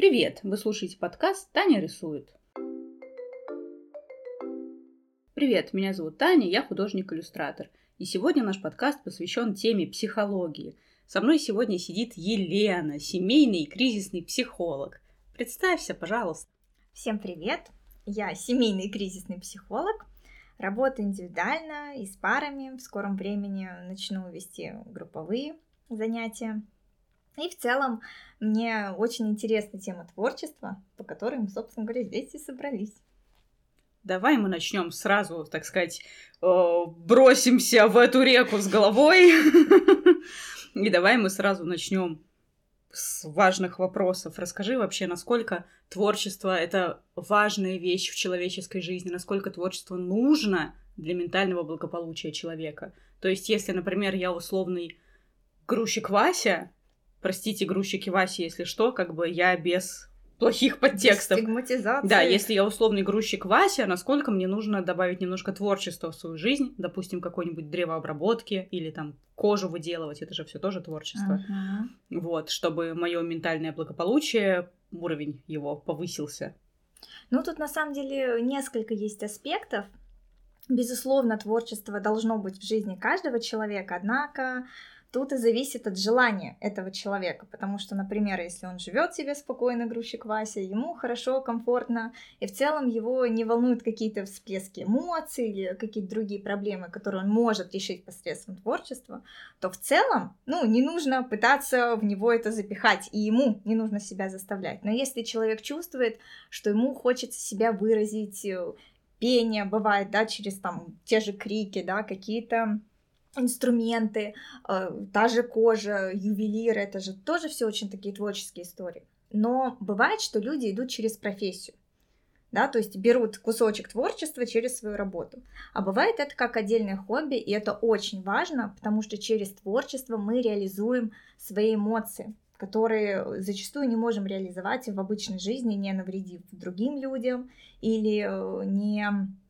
Привет! Вы слушаете подкаст «Таня рисует». Привет, меня зовут Таня, я художник-иллюстратор. И сегодня наш подкаст посвящен теме психологии. Со мной сегодня сидит Елена, семейный и кризисный психолог. Представься, пожалуйста. Всем привет! Я семейный и кризисный психолог. Работаю индивидуально и с парами. В скором времени начну вести групповые занятия. И в целом мне очень интересна тема творчества, по которой мы, собственно говоря, здесь и собрались. Давай мы начнем сразу, так сказать, бросимся в эту реку с головой. И давай мы сразу начнем с важных вопросов. Расскажи вообще, насколько творчество — это важная вещь в человеческой жизни, насколько творчество нужно для ментального благополучия человека. То есть, если, например, я условный грузчик Вася, простите, грузчики Васи, если что, как бы я без плохих подтекстов. Стигматизация. Да, если я условный грузчик Вася, насколько мне нужно добавить немножко творчества в свою жизнь, допустим, какой-нибудь древообработки или там кожу выделывать, это же все тоже творчество. Вот, чтобы мое ментальное благополучие, уровень его повысился. Ну, тут на самом деле несколько есть аспектов. Безусловно, творчество должно быть в жизни каждого человека, однако тут и зависит от желания этого человека, потому что, например, если он живет себе спокойно, грузчик Вася, ему хорошо, комфортно, и в целом его не волнуют какие-то всплески эмоций или какие-то другие проблемы, которые он может решить посредством творчества, то в целом, не нужно пытаться в него это запихать, и ему не нужно себя заставлять. Но если человек чувствует, что ему хочется себя выразить, пение бывает, да, через там те же крики, да, какие-то инструменты, та же кожа, ювелир, это же тоже все очень такие творческие истории. Но бывает, что люди идут через профессию, да, то есть берут кусочек творчества через свою работу. А бывает это как отдельное хобби, и это очень важно, потому что через творчество мы реализуем свои эмоции, которые зачастую не можем реализовать в обычной жизни, не навредив другим людям или не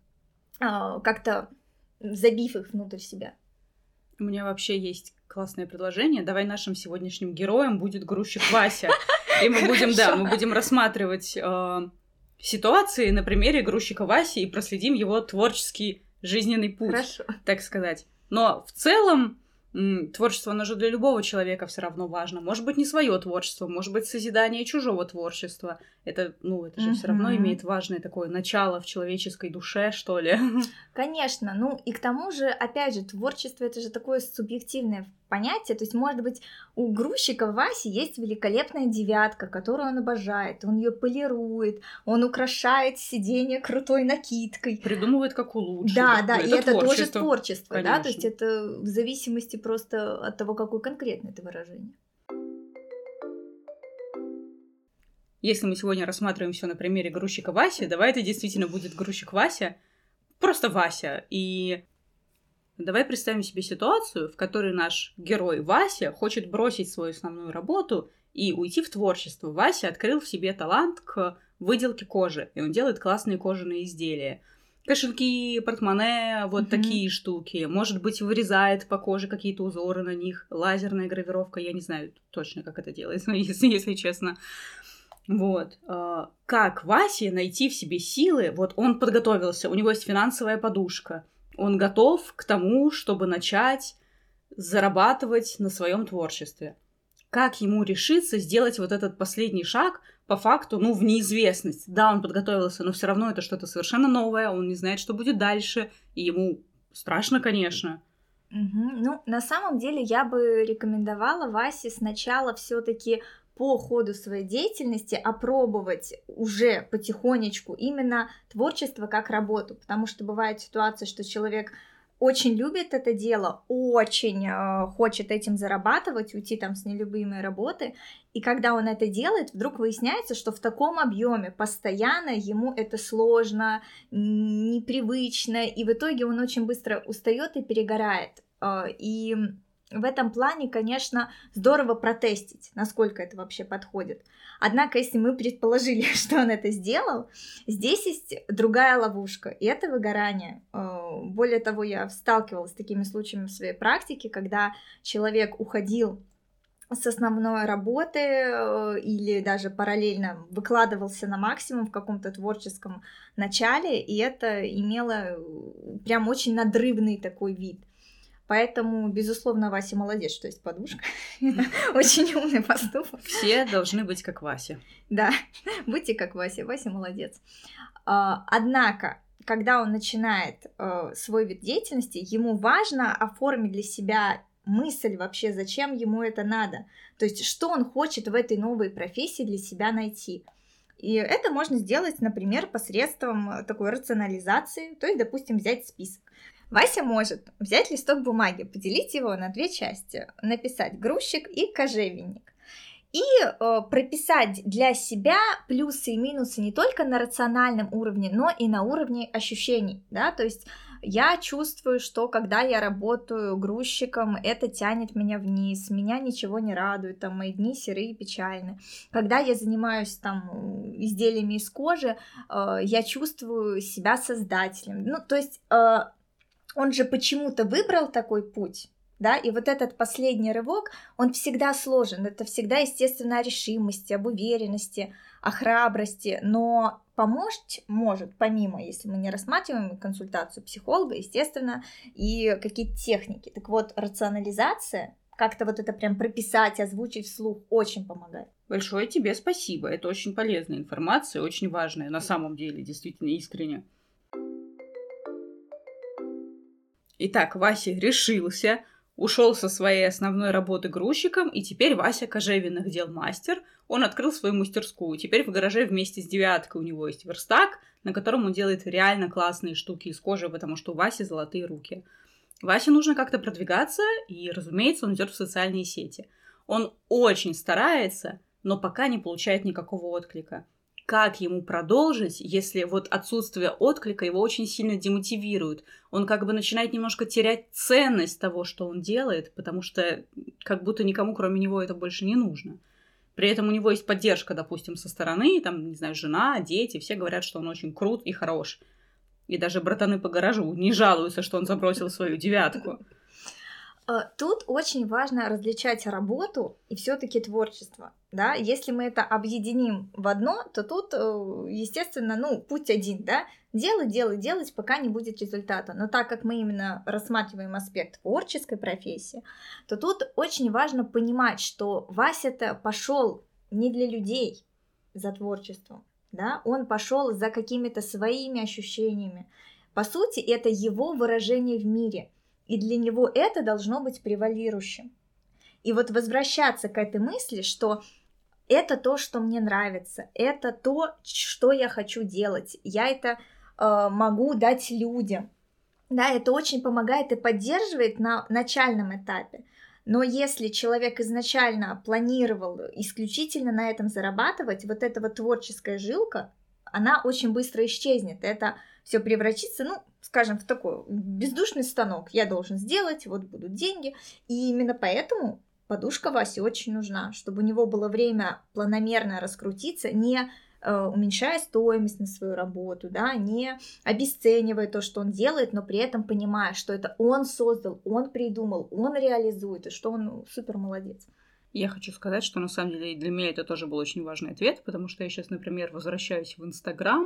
как-то забив их внутрь себя. У меня вообще есть классное предложение. Давай нашим сегодняшним героем будет грузчик Вася. И мы будем рассматривать ситуации на примере грузчика Васи и проследим его творческий жизненный путь, Хорошо. Так сказать. Но в целом творчество, оно же для любого человека все равно важно. Может быть, не свое творчество, может быть, созидание чужого творчества. Это же все равно имеет важное такое начало в человеческой душе, что ли. Конечно, и к тому же, опять же, творчество — это же такое субъективное понятие, то есть, может быть, у грузчика Васи есть великолепная девятка, которую он обожает, он ее полирует, он украшает сиденье крутой накидкой. Придумывает, как улучшить. Да, и это тоже творчество, конечно. да, то есть это в зависимости просто от того, какое конкретно это выражение. Если мы сегодня рассматриваем все на примере грузчика Васи, давай это действительно будет грузчик Вася, просто Вася. И давай представим себе ситуацию, в которой наш герой Вася хочет бросить свою основную работу и уйти в творчество. Вася открыл в себе талант к выделке кожи, и он делает классные кожаные изделия. Кошельки, портмоне, вот такие штуки. Может быть, вырезает по коже какие-то узоры на них. Лазерная гравировка, я не знаю точно, как это делается, если честно. Вот. Как Васе найти в себе силы? Вот он подготовился, у него есть финансовая подушка. Он готов к тому, чтобы начать зарабатывать на своем творчестве. Как ему решиться сделать вот этот последний шаг, по факту, в неизвестность? Да, он подготовился, но все равно это что-то совершенно новое, он не знает, что будет дальше, и ему страшно, конечно. На самом деле я бы рекомендовала Васе сначала все-таки по ходу своей деятельности опробовать уже потихонечку именно творчество как работу, потому что бывает ситуация, что человек очень любит это дело, очень хочет этим зарабатывать, уйти там с нелюбимой работы, и когда он это делает, вдруг выясняется, что в таком объеме постоянно ему это сложно, непривычно, и в итоге он очень быстро устает и перегорает. И в этом плане, конечно, здорово протестить, насколько это вообще подходит. Однако, если мы предположили, что он это сделал, здесь есть другая ловушка, и это выгорание. Более того, я сталкивалась с такими случаями в своей практике, когда человек уходил с основной работы или даже параллельно выкладывался на максимум в каком-то творческом начале, и это имело прям очень надрывный такой вид. Поэтому, безусловно, Вася молодец, что есть подушка. Очень умный поступок. Все должны быть как Вася. Да, будьте как Вася. Вася молодец. Однако, когда он начинает свой вид деятельности, ему важно оформить для себя мысль вообще, зачем ему это надо. То есть, что он хочет в этой новой профессии для себя найти. И это можно сделать, например, посредством такой рационализации, то есть, допустим, взять список. Вася может взять листок бумаги, поделить его на 2 части, написать грузчик и кожевенник. И прописать для себя плюсы и минусы не только на рациональном уровне, но и на уровне ощущений, да, то есть я чувствую, что когда я работаю грузчиком, это тянет меня вниз, меня ничего не радует, там мои дни серые и печальны. Когда я занимаюсь там изделиями из кожи, я чувствую себя создателем. Ну, то есть он же почему-то выбрал такой путь. Да, и вот этот последний рывок, он всегда сложен, это всегда, естественно, о решимости, об уверенности, о храбрости, но помочь может, помимо, если мы не рассматриваем консультацию психолога, естественно, и какие-то техники. Так вот, рационализация, как-то вот это прям прописать, озвучить вслух, очень помогает. Большое тебе спасибо, это очень полезная информация, очень важная, на самом деле, действительно искренне. Итак, Вася решился, ушел со своей основной работы грузчиком, и теперь Вася кожевенных дел мастер. Он открыл свою мастерскую. Теперь в гараже вместе с девяткой у него есть верстак, на котором он делает реально классные штуки из кожи, потому что у Васи золотые руки. Васе нужно как-то продвигаться, и, разумеется, он идет в социальные сети. Он очень старается, но пока не получает никакого отклика. Как ему продолжить, если вот отсутствие отклика его очень сильно демотивирует? Он как бы начинает немножко терять ценность того, что он делает, потому что как будто никому, кроме него, это больше не нужно. При этом у него есть поддержка, допустим, со стороны, там, не знаю, жена, дети, все говорят, что он очень крут и хорош. И даже братаны по гаражу не жалуются, что он забросил свою девятку. Тут очень важно различать работу и все-таки творчество. Да? Если мы это объединим в одно, то тут, естественно, путь один, да? Делать, пока не будет результата. Но так как мы именно рассматриваем аспект творческой профессии, то тут очень важно понимать, что Вася-то пошел не для людей за творчеством, да? Он пошел за какими-то своими ощущениями. По сути, это его выражение в мире. И для него это должно быть превалирующим. И вот возвращаться к этой мысли, что это то, что мне нравится, это то, что я хочу делать, я это могу дать людям. Да, это очень помогает и поддерживает на начальном этапе. Но если человек изначально планировал исключительно на этом зарабатывать, вот эта вот творческая жилка, она очень быстро исчезнет. Это все превратится, скажем, в такой бездушный станок. Я должен сделать, вот будут деньги. И именно поэтому подушка Васе очень нужна, чтобы у него было время планомерно раскрутиться, не уменьшая стоимость на свою работу, да, не обесценивая то, что он делает, но при этом понимая, что это он создал, он придумал, он реализует, и что он супер молодец. Я хочу сказать, что на самом деле для меня это тоже был очень важный ответ, потому что я сейчас, например, возвращаюсь в Инстаграм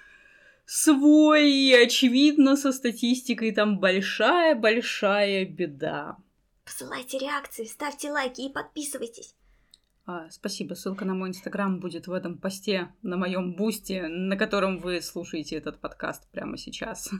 свой, и, очевидно, со статистикой там большая-большая беда. Посылайте реакции, ставьте лайки и подписывайтесь. Спасибо, ссылка на мой Инстаграм будет в этом посте на моем бусте, на котором вы слушаете этот подкаст прямо сейчас.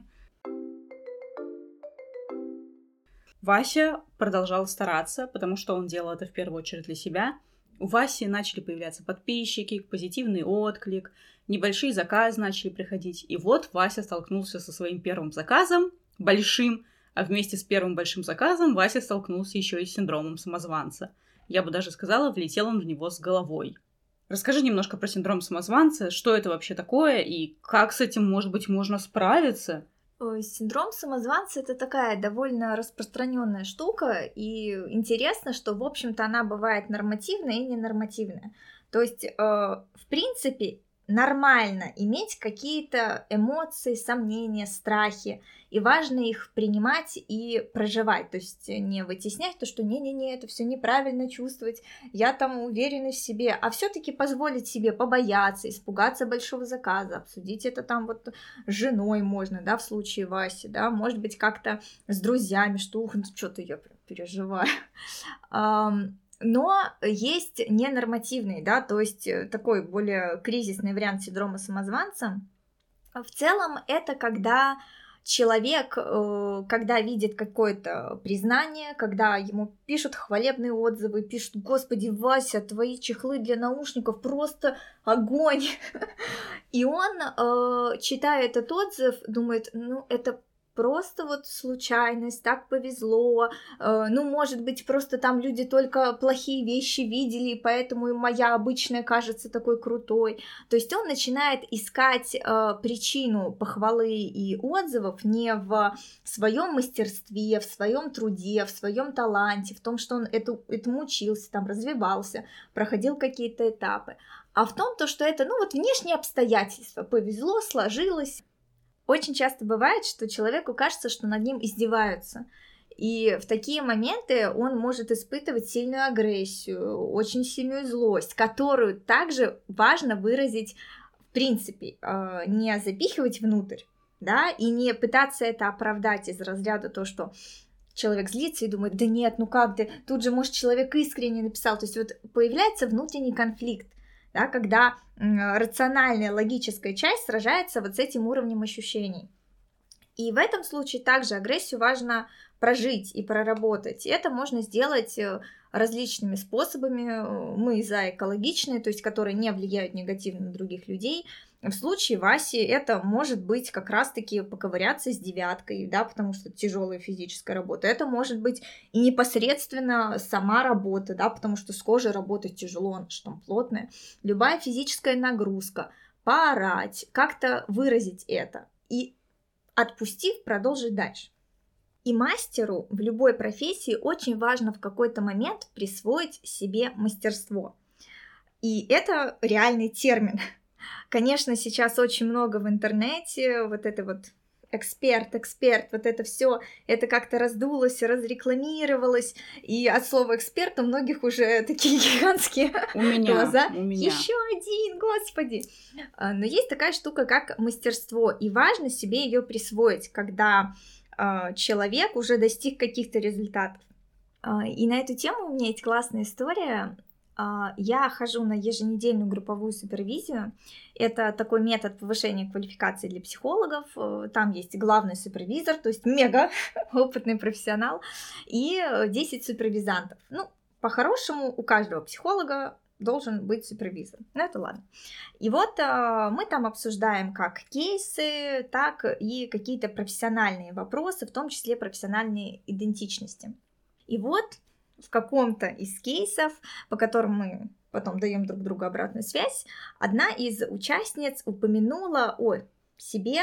Вася продолжал стараться, потому что он делал это в первую очередь для себя. У Васи начали появляться подписчики, позитивный отклик, небольшие заказы начали приходить. И вот Вася столкнулся со своим первым заказом, большим, а вместе с первым большим заказом Вася столкнулся еще и с синдромом самозванца. Я бы даже сказала, влетел он в него с головой. Расскажи немножко про синдром самозванца, что это вообще такое и как с этим, может быть, можно справиться? Синдром самозванца — это такая довольно распространенная штука, и интересно, что, в общем-то, она бывает нормативная и ненормативная. То есть, в принципе, нормально иметь какие-то эмоции, сомнения, страхи, и важно их принимать и проживать, то есть не вытеснять то, что не-не-не, это все неправильно чувствовать, я там уверена в себе, а все-таки позволить себе побояться, испугаться большого заказа, обсудить это там вот с женой можно, да, в случае Васи, да, может быть, как-то с друзьями, что что-то я прям переживаю. Но есть ненормативный, да, то есть такой более кризисный вариант синдрома самозванца. В целом это когда человек, когда видит какое-то признание, когда ему пишут хвалебные отзывы, пишут: «Господи, Вася, твои чехлы для наушников просто огонь!» И он, читая этот отзыв, думает: ну, это просто вот случайность, так повезло, ну, может быть, просто там люди только плохие вещи видели, и поэтому и моя обычная кажется такой крутой. То есть он начинает искать причину похвалы и отзывов не в своем мастерстве, в своем труде, в своем таланте, в том, что он этому учился, там, развивался, проходил какие-то этапы, а в том, что это, ну, вот внешние обстоятельства, повезло, сложилось. Очень часто бывает, что человеку кажется, что над ним издеваются. И в такие моменты он может испытывать сильную агрессию, очень сильную злость, которую также важно выразить в принципе, не запихивать внутрь, да, и не пытаться это оправдать из разряда то, что человек злится и думает: да нет, ну как ты, тут же, может, человек искренне написал. То есть вот появляется внутренний конфликт, да, когда рациональная, логическая часть сражается вот с этим уровнем ощущений. И в этом случае также агрессию важно прожить и проработать. И это можно сделать различными способами. Мы за экологичные, то есть которые не влияют негативно на других людей. В случае Васи это может быть как раз-таки поковыряться с девяткой, да, потому что тяжелая физическая работа. Это может быть и непосредственно сама работа, да, потому что с кожей работать тяжело, она же там плотная. Любая физическая нагрузка, поорать, как-то выразить это и, отпустив, продолжить дальше. И мастеру в любой профессии очень важно в какой-то момент присвоить себе мастерство. И это реальный термин. Конечно, сейчас очень много в интернете вот это вот эксперт, вот это все, это как-то раздулось, разрекламировалось, и от слова эксперт у многих уже такие гигантские глаза. Еще один, господи! Но есть такая штука, как мастерство, и важно себе ее присвоить, когда человек уже достиг каких-то результатов. И на эту тему у меня есть классная история. Я хожу на еженедельную групповую супервизию. Это такой метод повышения квалификации для психологов. Там есть главный супервизор, то есть мега опытный профессионал, и 10 супервизантов. Ну, по-хорошему, у каждого психолога должен быть супервизор. Ну, это ладно. И вот мы там обсуждаем как кейсы, так и какие-то профессиональные вопросы, в том числе профессиональные идентичности. И вот в каком-то из кейсов, по которым мы потом даем друг другу обратную связь, одна из участниц упомянула о себе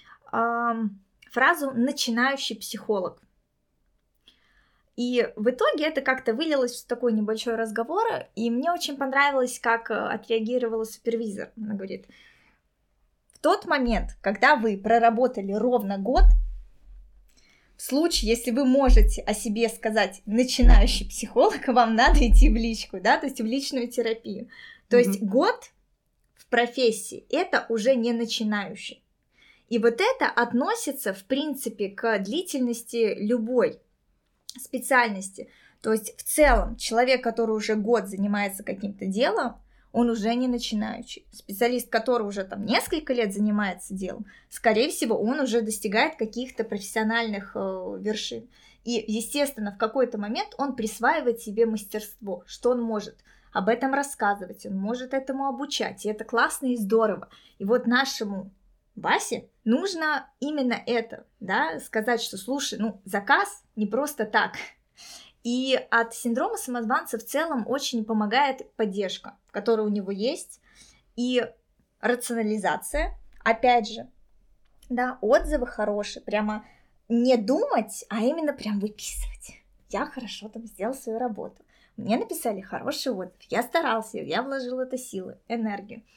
фразу «начинающий психолог». И в итоге это как-то вылилось в такой небольшой разговор, и мне очень понравилось, как отреагировала супервизор. Она говорит: в тот момент, когда вы проработали ровно год, в случае, если вы можете о себе сказать «начинающий психолог», вам надо идти в личку, да, то есть в личную терапию. То есть год в профессии – это уже не начинающий. И вот это относится, в принципе, к длительности любой специальности. То есть в целом человек, который уже год занимается каким-то делом, он уже не начинающий. Специалист, который уже там несколько лет занимается делом, скорее всего, он уже достигает каких-то профессиональных вершин. И, естественно, в какой-то момент он присваивает себе мастерство, что он может об этом рассказывать, он может этому обучать, и это классно и здорово. И вот нашему Васе нужно именно это, да, сказать, что, слушай, ну, заказ не просто так. И от синдрома самозванца в целом очень помогает поддержка, которая у него есть, и рационализация, опять же, да, отзывы хорошие, прямо не думать, а именно прям выписывать. Я хорошо там сделал свою работу, мне написали хороший отзыв, я старался, я вложил это силы, энергию.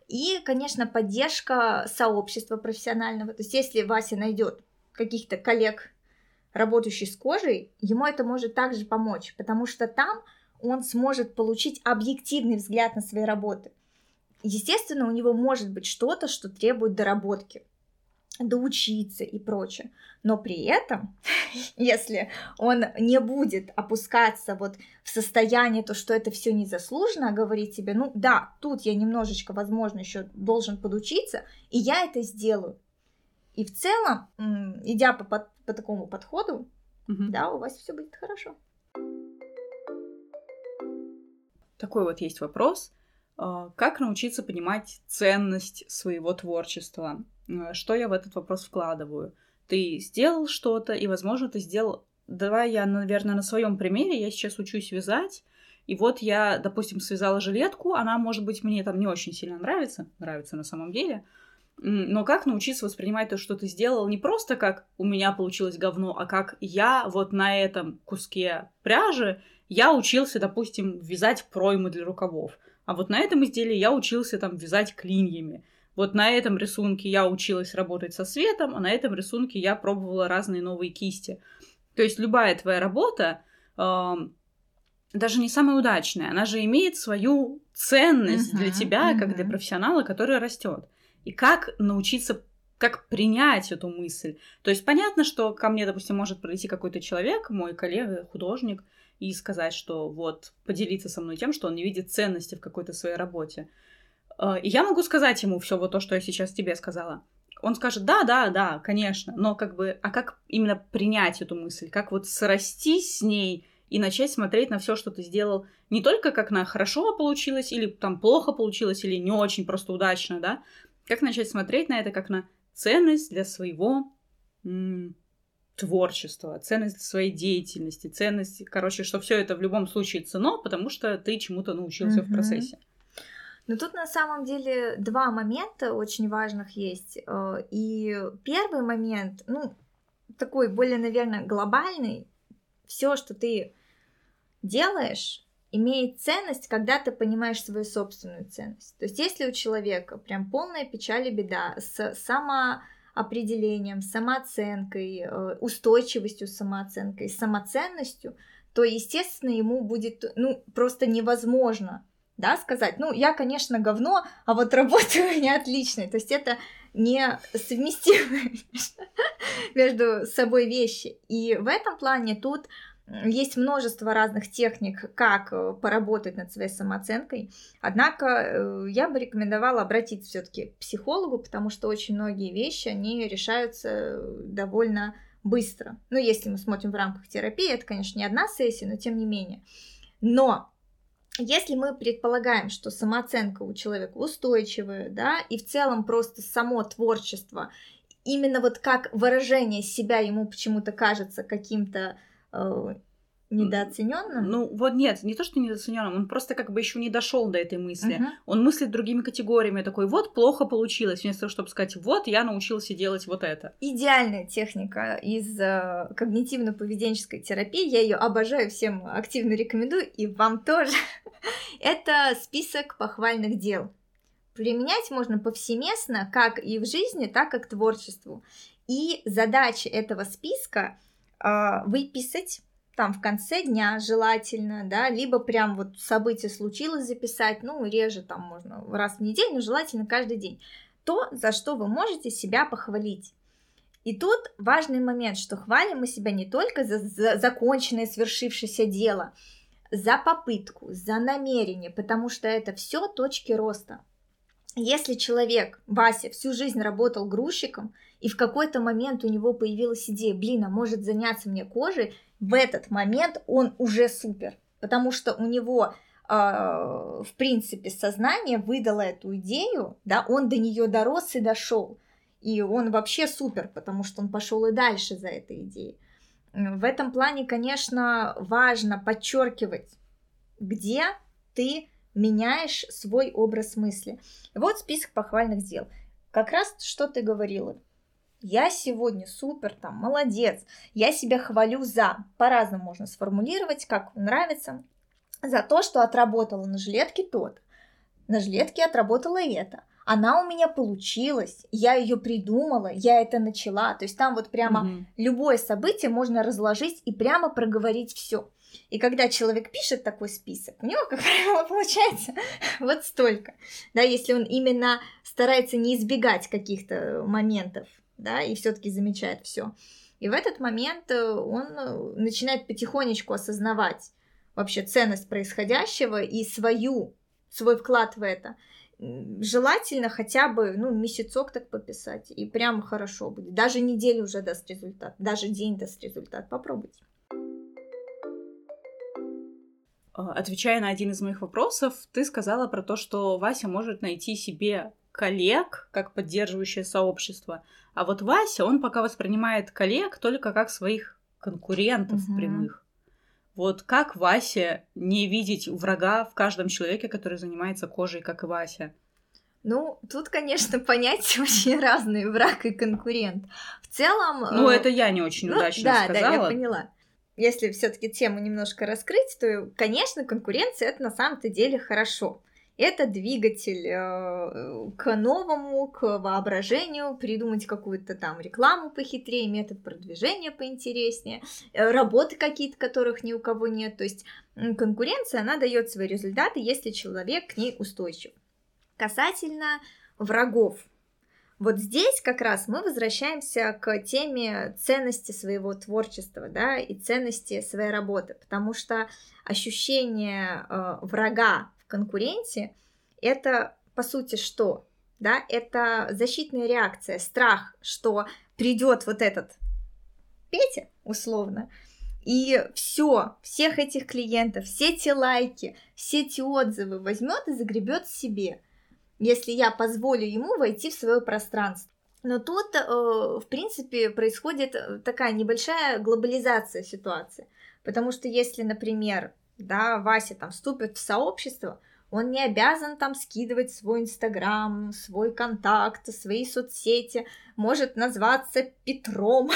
И, конечно, поддержка сообщества профессионального. То есть если Вася найдет каких-то коллег, работающих с кожей, ему это может также помочь, потому что там он сможет получить объективный взгляд на свои работы. Естественно, у него может быть что-то, что требует доработки, доучиться и прочее. Но при этом, если он не будет опускаться вот в состояние, то, что это все незаслуженно, а говорить себе, ну да, тут я немножечко, возможно, еще должен подучиться, и я это сделаю. И в целом, идя по такому подходу, да, у вас все будет хорошо. Такой вот есть вопрос. Как научиться понимать ценность своего творчества? Что я в этот вопрос вкладываю? Ты сделал что-то, и, возможно, ты сделал... Давай я, наверное, на своем примере. Я сейчас учусь вязать, и вот я, допустим, связала жилетку. Она, может быть, мне там не очень сильно нравится на самом деле. Но как научиться воспринимать то, что ты сделал, не просто как у меня получилось говно, а как я вот на этом куске пряжи я учился, допустим, вязать проймы для рукавов. А вот на этом изделии я учился там вязать клиньями. Вот на этом рисунке я училась работать со светом, а на этом рисунке я пробовала разные новые кисти. То есть любая твоя работа, даже не самая удачная, она же имеет свою ценность для тебя, как для профессионала, который растет. И как научиться, как принять эту мысль. То есть понятно, что ко мне, допустим, может прийти какой-то человек, мой коллега, художник, и сказать, что вот, поделиться со мной тем, что он не видит ценности в какой-то своей работе. И я могу сказать ему все вот то, что я сейчас тебе сказала. Он скажет, да, конечно, но как бы, а как именно принять эту мысль? Как вот срастись с ней и начать смотреть на все, что ты сделал, не только как на хорошо получилось, или там плохо получилось, или не очень просто удачно, да? Как начать смотреть на это как на ценность для своего творчества, ценность для своей деятельности, ценность, короче, что все это в любом случае ценно, потому что ты чему-то научился в процессе. Но тут на самом деле два момента очень важных есть. И первый момент, такой более, наверное, глобальный. Все, что ты делаешь, имеет ценность, когда ты понимаешь свою собственную ценность. То есть если у человека прям полная печаль и беда с самоопределением, самооценкой, устойчивостью самооценкой, самоценностью, то, естественно, ему будет просто невозможно, да, сказать, я, конечно, говно, а вот работа у меня отличная. То есть это не совместимые между собой вещи. И в этом плане тут есть множество разных техник, как поработать над своей самооценкой. Однако я бы рекомендовала обратиться все-таки к психологу, потому что очень многие вещи, они решаются довольно быстро. Если мы смотрим в рамках терапии, это, конечно, не одна сессия, но тем не менее. Но если мы предполагаем, что самооценка у человека устойчивая, да, и в целом просто само творчество, именно вот как выражение себя ему почему-то кажется каким-то недооцененным? Нет, не то, что недооцененным, он просто как бы еще не дошел до этой мысли. Он мыслит другими категориями, такой, вот плохо получилось, вместо того, чтобы сказать, вот я научился делать вот это. Идеальная техника из когнитивно-поведенческой терапии, я ее обожаю, всем активно рекомендую, и вам тоже. Это список похвальных дел. Применять можно повсеместно, как и в жизни, так и к творчеству. И задача этого списка выписать там в конце дня желательно, да, либо прям вот событие случилось записать, реже там можно раз в неделю, но желательно каждый день. То, за что вы можете себя похвалить. И тут важный момент, что хвалим мы себя не только за законченное, свершившееся дело, за попытку, за намерение, потому что это все точки роста. Если человек, Вася, всю жизнь работал грузчиком, и в какой-то момент у него появилась идея, а может заняться мне кожей, в этот момент он уже супер, потому что у него, в принципе, сознание выдало эту идею, да, он до нее дорос и дошел, и он вообще супер, потому что он пошел и дальше за этой идеей. В этом плане, конечно, важно подчеркивать, где ты меняешь свой образ мысли. Вот список похвальных дел. Как раз что ты говорила. Я сегодня супер, молодец. Я себя хвалю за. По-разному можно сформулировать, как нравится. За то, что отработала на жилетке тот. На жилетке отработала это. она у меня получилась, я ее придумала, я это начала. То есть там вот прямо любое событие можно разложить и прямо проговорить все. И когда человек пишет такой список, у него, как правило, получается вот столько. Да, если он именно старается не избегать каких-то моментов, да, и все-таки замечает все. И в этот момент он начинает потихонечку осознавать вообще ценность происходящего и свой вклад в это. Желательно хотя бы, месяцок так пописать, и прям хорошо будет. Даже неделю уже даст результат, даже день даст результат. Попробуйте. Отвечая на один из моих вопросов, ты сказала про то, что Вася может найти себе коллег как поддерживающее сообщество, а вот Вася, он пока воспринимает коллег только как своих конкурентов прямых. Вот как Вася не видеть врага в каждом человеке, который занимается кожей, как и Вася? Тут, конечно, понятия очень разные, враг и конкурент. В целом... это я не очень удачно сказала. Да, я поняла. Если все-таки тему немножко раскрыть, то, конечно, конкуренция — это на самом-то деле хорошо. Это двигатель к новому, к воображению, придумать какую-то там рекламу похитрее, метод продвижения поинтереснее, работы какие-то, которых ни у кого нет. То есть конкуренция, она дает свои результаты, если человек к ней устойчив. Касательно врагов. Вот здесь как раз мы возвращаемся к теме ценности своего творчества, да, и ценности своей работы, потому что ощущение врага в конкуренте — это, по сути, что? Да, это защитная реакция, страх, что придет вот этот Петя, условно, и всех этих клиентов, все эти лайки, все эти отзывы возьмет и загребет себе, если я позволю ему войти в свое пространство. Но тут, в принципе, происходит такая небольшая глобализация ситуации. Потому что если, например, да, Вася там вступит в сообщество, он не обязан там скидывать свой Инстаграм, свой контакт, свои соцсети, может назваться Петром.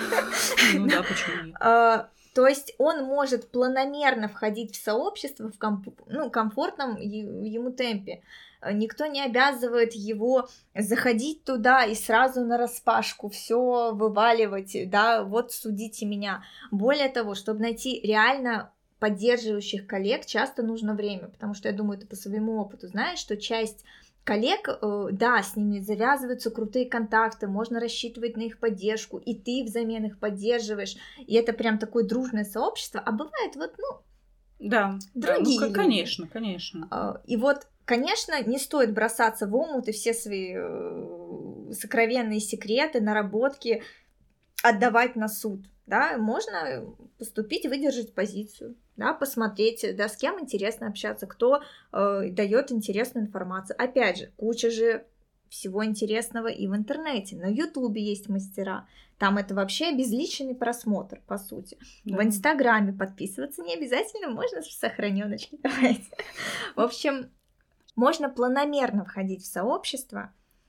Да, почему нет? То есть он может планомерно входить в сообщество в комфортном ему темпе. Никто не обязывает его заходить туда и сразу нараспашку все вываливать, да, вот судите меня. Более того, чтобы найти реально поддерживающих коллег, часто нужно время, потому что я думаю, ты по своему опыту знаешь, что часть коллег, да, с ними завязываются крутые контакты, можно рассчитывать на их поддержку, и ты взамен их поддерживаешь, и это прям такое дружное сообщество, а бывает да, другие люди. Конечно. И вот, конечно, не стоит бросаться в омут и все свои сокровенные секреты, наработки отдавать на суд, да, можно поступить, выдержать позицию, да, посмотреть, да, с кем интересно общаться, кто дает интересную информацию. Опять же, куча же всего интересного и в интернете. На Ютубе есть мастера. Там это вообще обезличенный просмотр, по сути. Да. В Инстаграме подписываться не обязательно, можно с сохранёночкой. В общем, можно планомерно входить в сообщество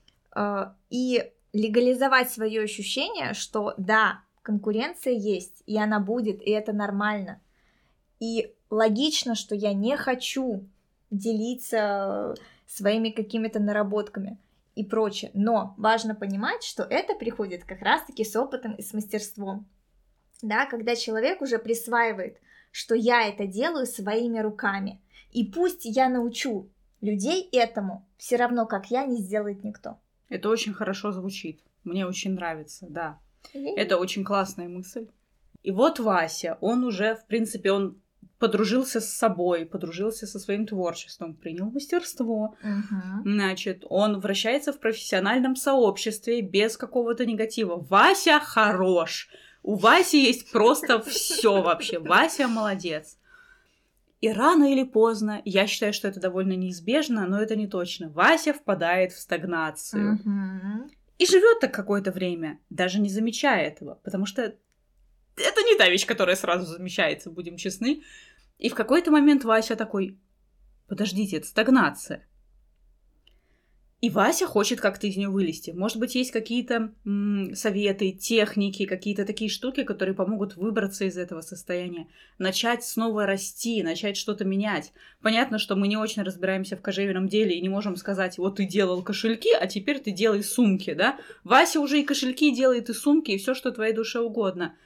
и легализовать свое ощущение, что да, конкуренция есть, и она будет, и это нормально. И логично, что я не хочу делиться своими какими-то наработками и прочее. Но важно понимать, что это приходит как раз-таки с опытом и с мастерством. Да, когда человек уже присваивает, что я это делаю своими руками. И пусть я научу людей этому, все равно, как я, не сделает никто. Это очень хорошо звучит. Мне очень нравится, да. Это очень классная мысль. И вот Вася, он уже, в принципе, он подружился с собой, подружился со своим творчеством, принял мастерство. Значит, он вращается в профессиональном сообществе без какого-то негатива. Вася хорош. У Васи есть просто все вообще. Вася молодец. И рано или поздно, я считаю, что это довольно неизбежно, но это не точно, Вася впадает в стагнацию. И живет так какое-то время, даже не замечая этого, потому что это не та вещь, которая сразу замечается, будем честны. И в какой-то момент Вася такой: подождите, это стагнация. И Вася хочет как-то из нее вылезти. Может быть, есть какие-то советы, техники, какие-то такие штуки, которые помогут выбраться из этого состояния, начать снова расти, начать что-то менять. Понятно, что мы не очень разбираемся в кожевенном деле и не можем сказать, вот ты делал кошельки, а теперь ты делай сумки, да? Вася уже и кошельки делает, и сумки, и все, что твоей душе угодно.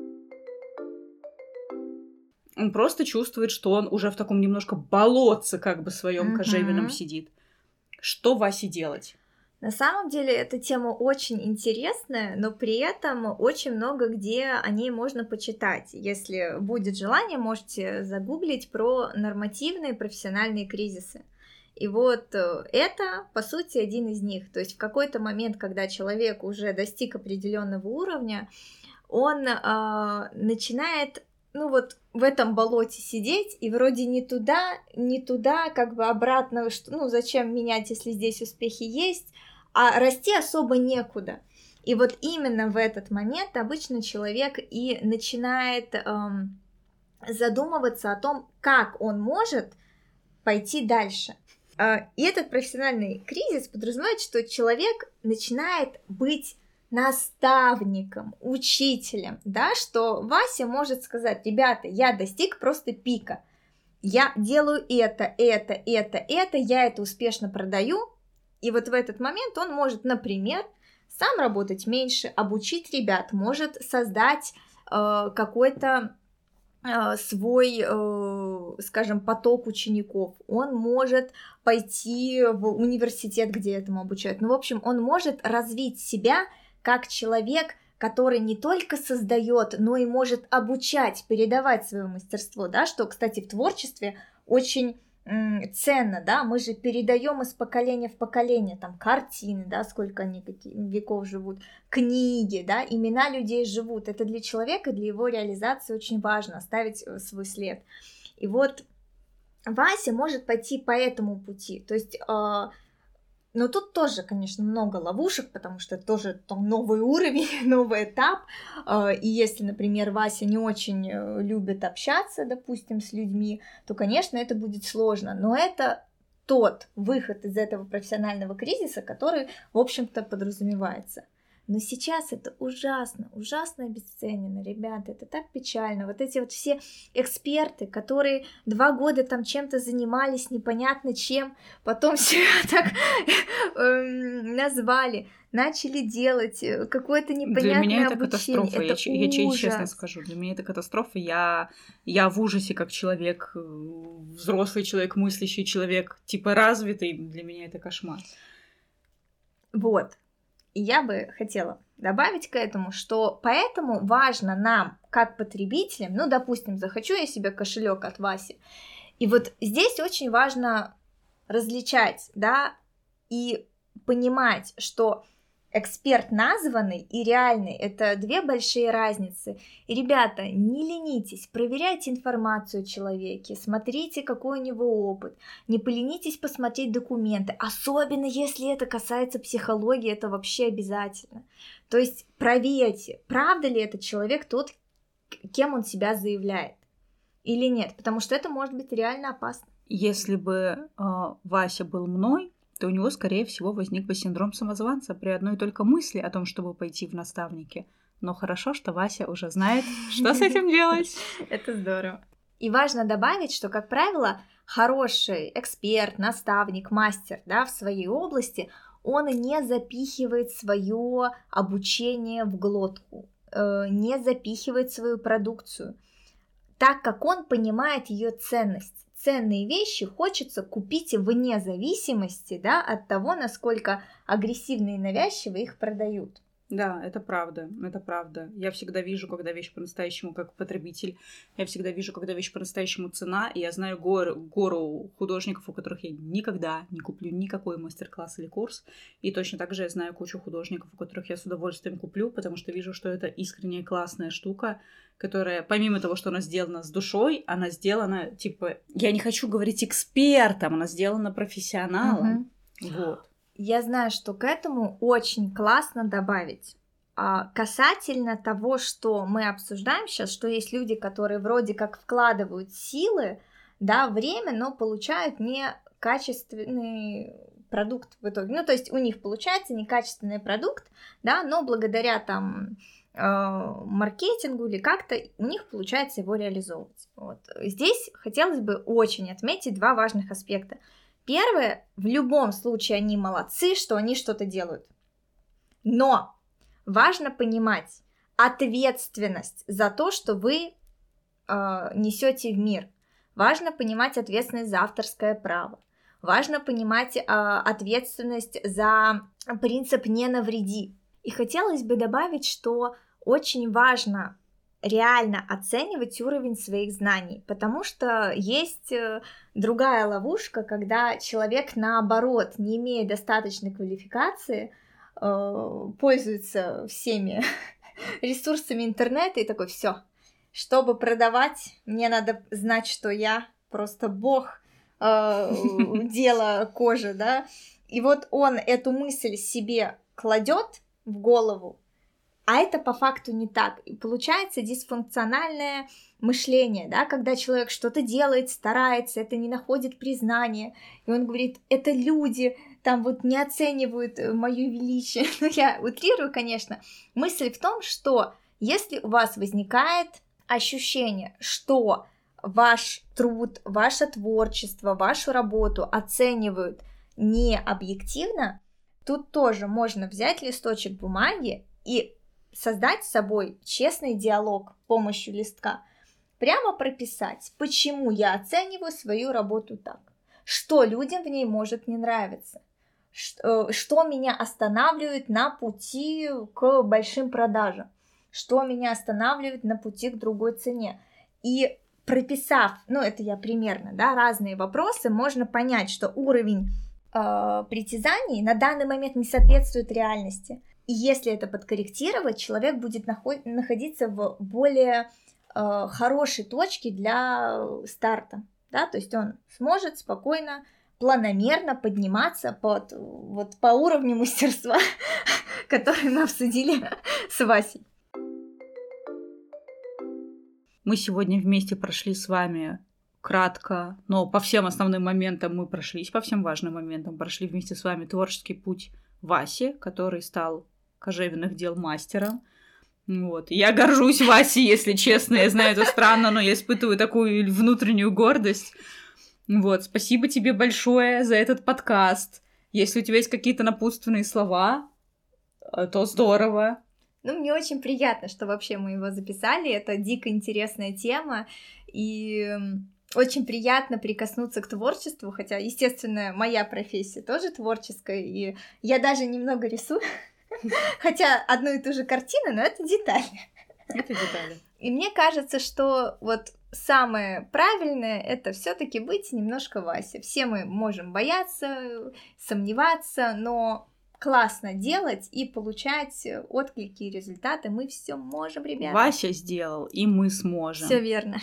Он просто чувствует, что он уже в таком немножко болотце как бы своем кожевенном сидит. Что Васе делать? На самом деле эта тема очень интересная, но при этом очень много где о ней можно почитать. Если будет желание, можете загуглить про нормативные профессиональные кризисы. И вот это, по сути, один из них. То есть в какой-то момент, когда человек уже достиг определенного уровня, он начинает в этом болоте сидеть, и вроде не туда, как бы обратно, что, зачем менять, если здесь успехи есть, а расти особо некуда. И вот именно в этот момент обычно человек и начинает задумываться о том, как он может пойти дальше. И этот профессиональный кризис подразумевает, что человек начинает быть наставником, учителем, да, что Вася может сказать: ребята, я достиг просто пика, я делаю это, я это успешно продаю, и вот в этот момент он может, например, сам работать меньше, обучить ребят, может создать какой-то свой, скажем, поток учеников, он может пойти в университет, где этому обучают, в общем, он может развить себя как человек, который не только создает, но и может обучать, передавать свое мастерство, да, что, кстати, в творчестве очень ценно, да, мы же передаем из поколения в поколение, там, картины, да, сколько они веков живут, книги, да, имена людей живут, это для человека, для его реализации очень важно, оставить свой след. И вот Вася может пойти по этому пути, то есть... Но тут тоже, конечно, много ловушек, потому что это тоже там новый уровень, новый этап. И если, например, Вася не очень любит общаться, допустим, с людьми, то, конечно, это будет сложно. Но это тот выход из этого профессионального кризиса, который, в общем-то, подразумевается. Но сейчас это ужасно обесценено, ребята, это так печально. Вот эти вот все эксперты, которые 2 года там чем-то занимались, непонятно чем, потом себя так назвали, начали делать какое-то непонятное обучение. Для меня это катастрофа, я тебе честно скажу, для меня это катастрофа. Я в ужасе как человек, взрослый человек, мыслящий человек, типа развитый, для меня это кошмар. Вот. И я бы хотела добавить к этому, что поэтому важно нам, как потребителям, допустим, захочу я себе кошелек от Васи, и вот здесь очень важно различать, да, и понимать, что эксперт названный и реальный — это 2 большие разницы. И, ребята, не ленитесь, проверяйте информацию о человеке, смотрите, какой у него опыт, не поленитесь посмотреть документы, особенно если это касается психологии, это вообще обязательно. То есть проверьте, правда ли этот человек тот, кем он себя заявляет, или нет, потому что это может быть реально опасно. Если бы Вася был мной, то у него, скорее всего, возник бы синдром самозванца при одной только мысли о том, чтобы пойти в наставники. Но хорошо, что Вася уже знает, что с этим делать. Это здорово. И важно добавить, что, как правило, хороший эксперт, наставник, мастер, да, в своей области, он не запихивает свое обучение в глотку, не запихивает свою продукцию, так как он понимает ее ценность. Ценные вещи хочется купить вне зависимости, да, от того, насколько агрессивно и навязчиво их продают. Да, это правда, это правда. Я всегда вижу, когда вещь по-настоящему как потребитель, я всегда вижу, когда вещь по-настоящему цена, и я знаю гору художников, у которых я никогда не куплю никакой мастер-класс или курс, и точно так же я знаю кучу художников, у которых я с удовольствием куплю, потому что вижу, что это искренняя классная штука, которая, помимо того, что она сделана с душой, она сделана, типа, я не хочу говорить экспертом, она сделана профессионалом. Вот. Я знаю, что к этому очень классно добавить. Касательно того, что мы обсуждаем сейчас, что есть люди, которые вроде как вкладывают силы, да, время, но получают некачественный продукт в итоге. Ну, то есть у них получается некачественный продукт, да, но благодаря там маркетингу или как-то у них получается его реализовывать. Вот. Здесь хотелось бы очень отметить два важных аспекта. Первое, в любом случае они молодцы, что они что-то делают. Но важно понимать ответственность за то, что вы несете в мир. Важно понимать ответственность за авторское право. Важно понимать ответственность за принцип «не навреди». И хотелось бы добавить, что очень важно реально оценивать уровень своих знаний, потому что есть другая ловушка, когда человек, наоборот, не имея достаточной квалификации, пользуется всеми ресурсами интернета и такой: все, чтобы продавать, мне надо знать, что я просто бог дела кожи, да, и вот он эту мысль себе кладет в голову, а это по факту не так. И получается дисфункциональное мышление, да, когда человек что-то делает, старается, это не находит признания, и он говорит: это люди там вот не оценивают мое величие. Ну, я утрирую, конечно. Мысль в том, что если у вас возникает ощущение, что ваш труд, ваше творчество, вашу работу оценивают не объективно, тут тоже можно взять листочек бумаги и создать с собой честный диалог с помощью листка. Прямо прописать, почему я оцениваю свою работу так, что людям в ней может не нравиться, что меня останавливает на пути к большим продажам, что меня останавливает на пути к другой цене. И прописав, ну это я примерно, да, разные вопросы, можно понять, что уровень притязаний на данный момент не соответствует реальности. И если это подкорректировать, человек будет находиться в более хорошей точке для старта, да, то есть он сможет спокойно, планомерно подниматься вот по уровню мастерства, который мы обсудили с Васей. Мы сегодня вместе прошли с вами кратко, но по всем основным моментам мы прошлись, по всем важным моментам прошли вместе с вами творческий путь Васи, который стал кожевенных дел мастером. Вот. Я горжусь Васей, если честно. Я знаю, это странно, но я испытываю такую внутреннюю гордость. Вот. Спасибо тебе большое за этот подкаст. Если у тебя есть какие-то напутственные слова, то здорово. Ну, мне очень приятно, что вообще мы его записали. Это дико интересная тема. И очень приятно прикоснуться к творчеству, хотя, естественно, моя профессия тоже творческая, и я даже немного рисую, хотя одну и ту же картину, но это детали. Это детали. И мне кажется, что вот самое правильное — это все-таки быть немножко Вася. Все мы можем бояться, сомневаться, но классно делать и получать отклики и результаты. Мы все можем, ребята. Вася сделал, и мы сможем. Все верно.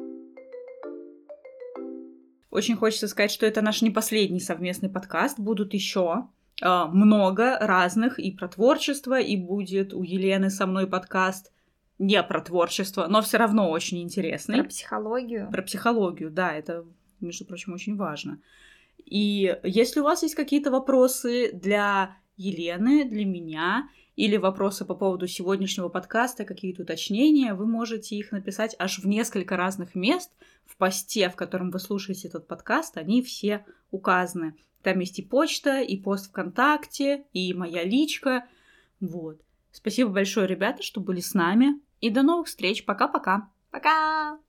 Очень хочется сказать, что это наш не последний совместный подкаст. Будут еще много разных и про творчество, и будет у Елены со мной подкаст не про творчество, но все равно очень интересный. Про психологию. Про психологию, да, это, между прочим, очень важно. И если у вас есть какие-то вопросы для Елены, для меня, или вопросы по поводу сегодняшнего подкаста, какие-то уточнения, вы можете их написать аж в несколько разных мест в посте, в котором вы слушаете этот подкаст, они все указаны. Там есть и почта, и пост ВКонтакте, и моя личка. Вот. Спасибо большое, ребята, что были с нами. И до новых встреч. Пока-пока. Пока!